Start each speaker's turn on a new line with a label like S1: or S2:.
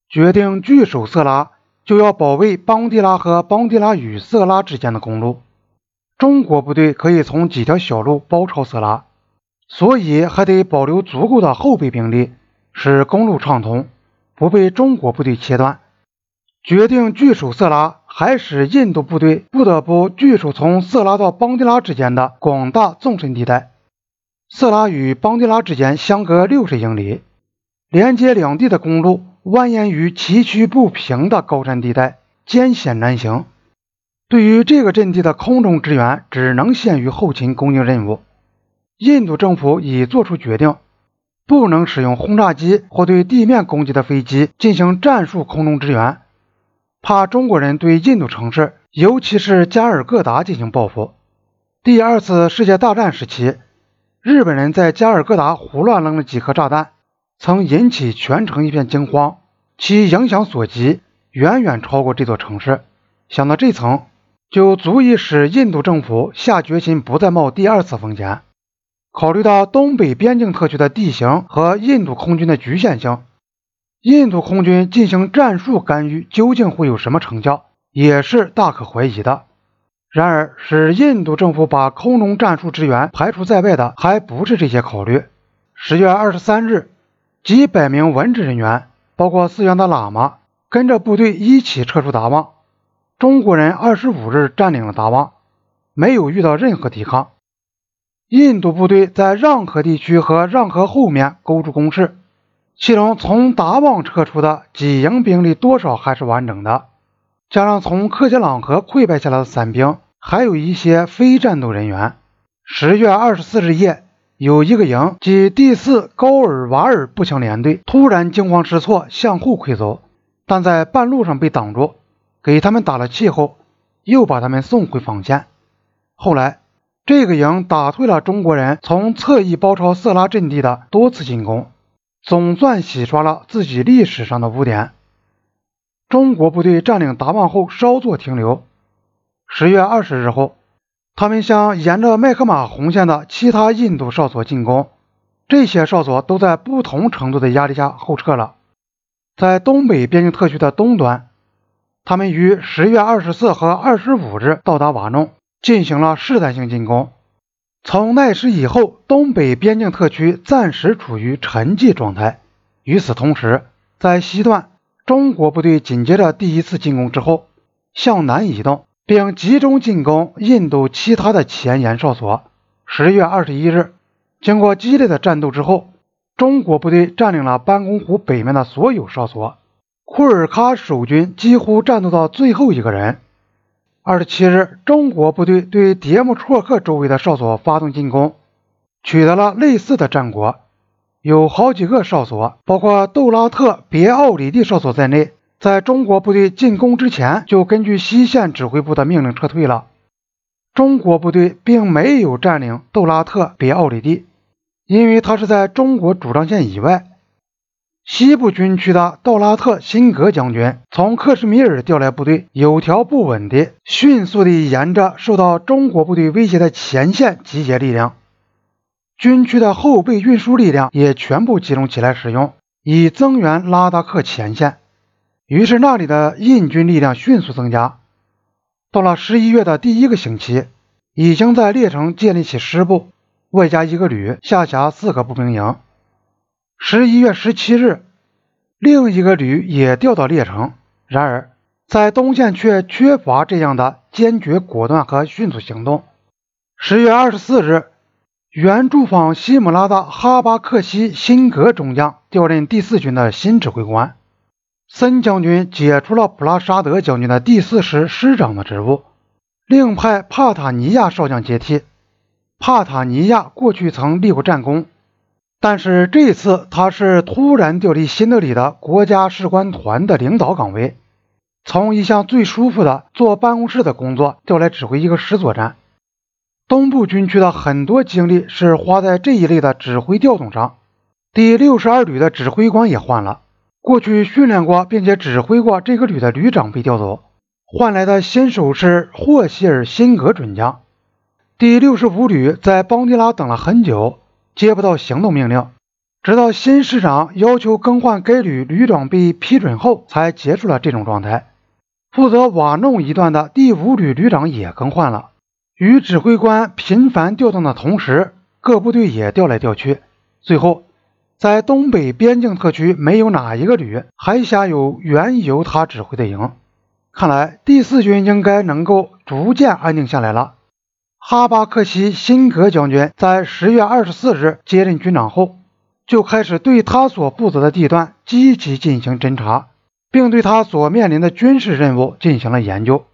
S1: 决定据守色拉，就要保卫邦迪拉和邦迪拉与色拉之间的公路。中国部队可以从几条小路包抄色拉，所以还得保留足够的后备兵力，使公路畅通，不被中国部队切断。决定据守色拉，还使印度部队不得不据守从色拉到邦迪拉之间的广大纵深地带。色拉与邦迪拉之间相隔60英里，连接两地的公路蜿蜒于崎岖不平的高山地带，艰险难行。对于这个阵地的空中支援只能限于后勤供应任务。印度政府已做出决定，不能使用轰炸机或对地面攻击的飞机进行战术空中支援，怕中国人对印度城市，尤其是加尔各答进行报复。第二次世界大战时期，日本人在加尔各答胡乱扔了几颗炸弹，曾引起全城一片惊慌，其影响所及远远超过这座城市。想到这层，就足以使印度政府下决心不再冒第二次风险。考虑到东北边境特区的地形和印度空军的局限性，印度空军进行战术干预究竟会有什么成效，也是大可怀疑的。然而，使印度政府把空中战术支援排除在外的还不是这些考虑。10月23日，几百名文职人员，包括寺院的喇嘛，跟着部队一起撤出达旺。中国人25日占领了达旺，没有遇到任何抵抗。印度部队在让河地区和让河后面构筑工事，其中从达旺撤出的几营兵力多少还是完整的，加上从克杰朗河溃败下来的散兵，还有一些非战斗人员。10月24日夜，有一个营即第4高尔瓦尔步枪联队突然惊慌失措向后溃走，但在半路上被挡住，给他们打了气后，又把他们送回防线。后来这个营打退了中国人从侧翼包抄色拉阵地的多次进攻，总算洗刷了自己历史上的污点。中国部队占领达旺后稍作停留。10月20日后，他们向沿着麦克马红线的其他印度哨所进攻，这些哨所都在不同程度的压力下后撤了。在东北边境特区的东端，他们于10月24和25日到达瓦弄，进行了试探性进攻。从那时以后，东北边境特区暂时处于沉寂状态。与此同时，在西段，中国部队紧接着第一次进攻之后，向南移动，并集中进攻印度其他的前沿哨所。10月21日，经过激烈的战斗之后，中国部队占领了班公湖北面的所有哨所，库尔喀守军几乎战斗到最后一个人。27日，中国部队对迭木绰克周围的哨所发动进攻，取得了类似的战果。有好几个哨所，包括杜拉特别奥里蒂哨所在内，在中国部队进攻之前就根据西线指挥部的命令撤退了。中国部队并没有占领杜拉特别奥里蒂，因为它是在中国主张线以外。西部军区的道拉特辛格将军从克什米尔调来部队，有条不紊地迅速地沿着受到中国部队威胁的前线集结力量，军区的后备运输力量也全部集中起来使用，以增援拉达克前线。于是那里的印军力量迅速增加。到了11月的第一个星期，已经在列城建立起师部，外加一个旅，下辖4个步兵营。11月17日，另一个旅也调到列城，然而在东线却缺乏这样的坚决果断和迅速行动。10月24日，原驻防西姆拉的哈巴克西辛格中将调任第4军的新指挥官。森将军解除了普拉沙德将军的第4师师长的职务，另派帕塔尼亚少将接替。帕塔尼亚过去曾立过战功，但是这次他是突然调离新德里的国家士官团的领导岗位，从一项最舒服的坐办公室的工作调来指挥一个师作战。东部军区的很多精力是花在这一类的指挥调动上。第62旅的指挥官也换了，过去训练过并且指挥过这个旅的旅长被调走，换来的新手是霍希尔辛格准将。第65旅在邦迪拉等了很久，接不到行动命令， 直到新师长要求更换该旅旅长被批准后，才结束了这种状态。负责瓦弄一段的第5旅旅长也更换了。与指挥官频繁调动的同时，各部队也调来调去，最后在东北边境特区没有哪一个旅还辖有原由他指挥的营。看来第4军应该能够逐渐安定下来了。哈巴克西辛格将军在10月24日接任军长后，就开始对他所负责的地段积极进行侦察，并对他所面临的军事任务进行了研究。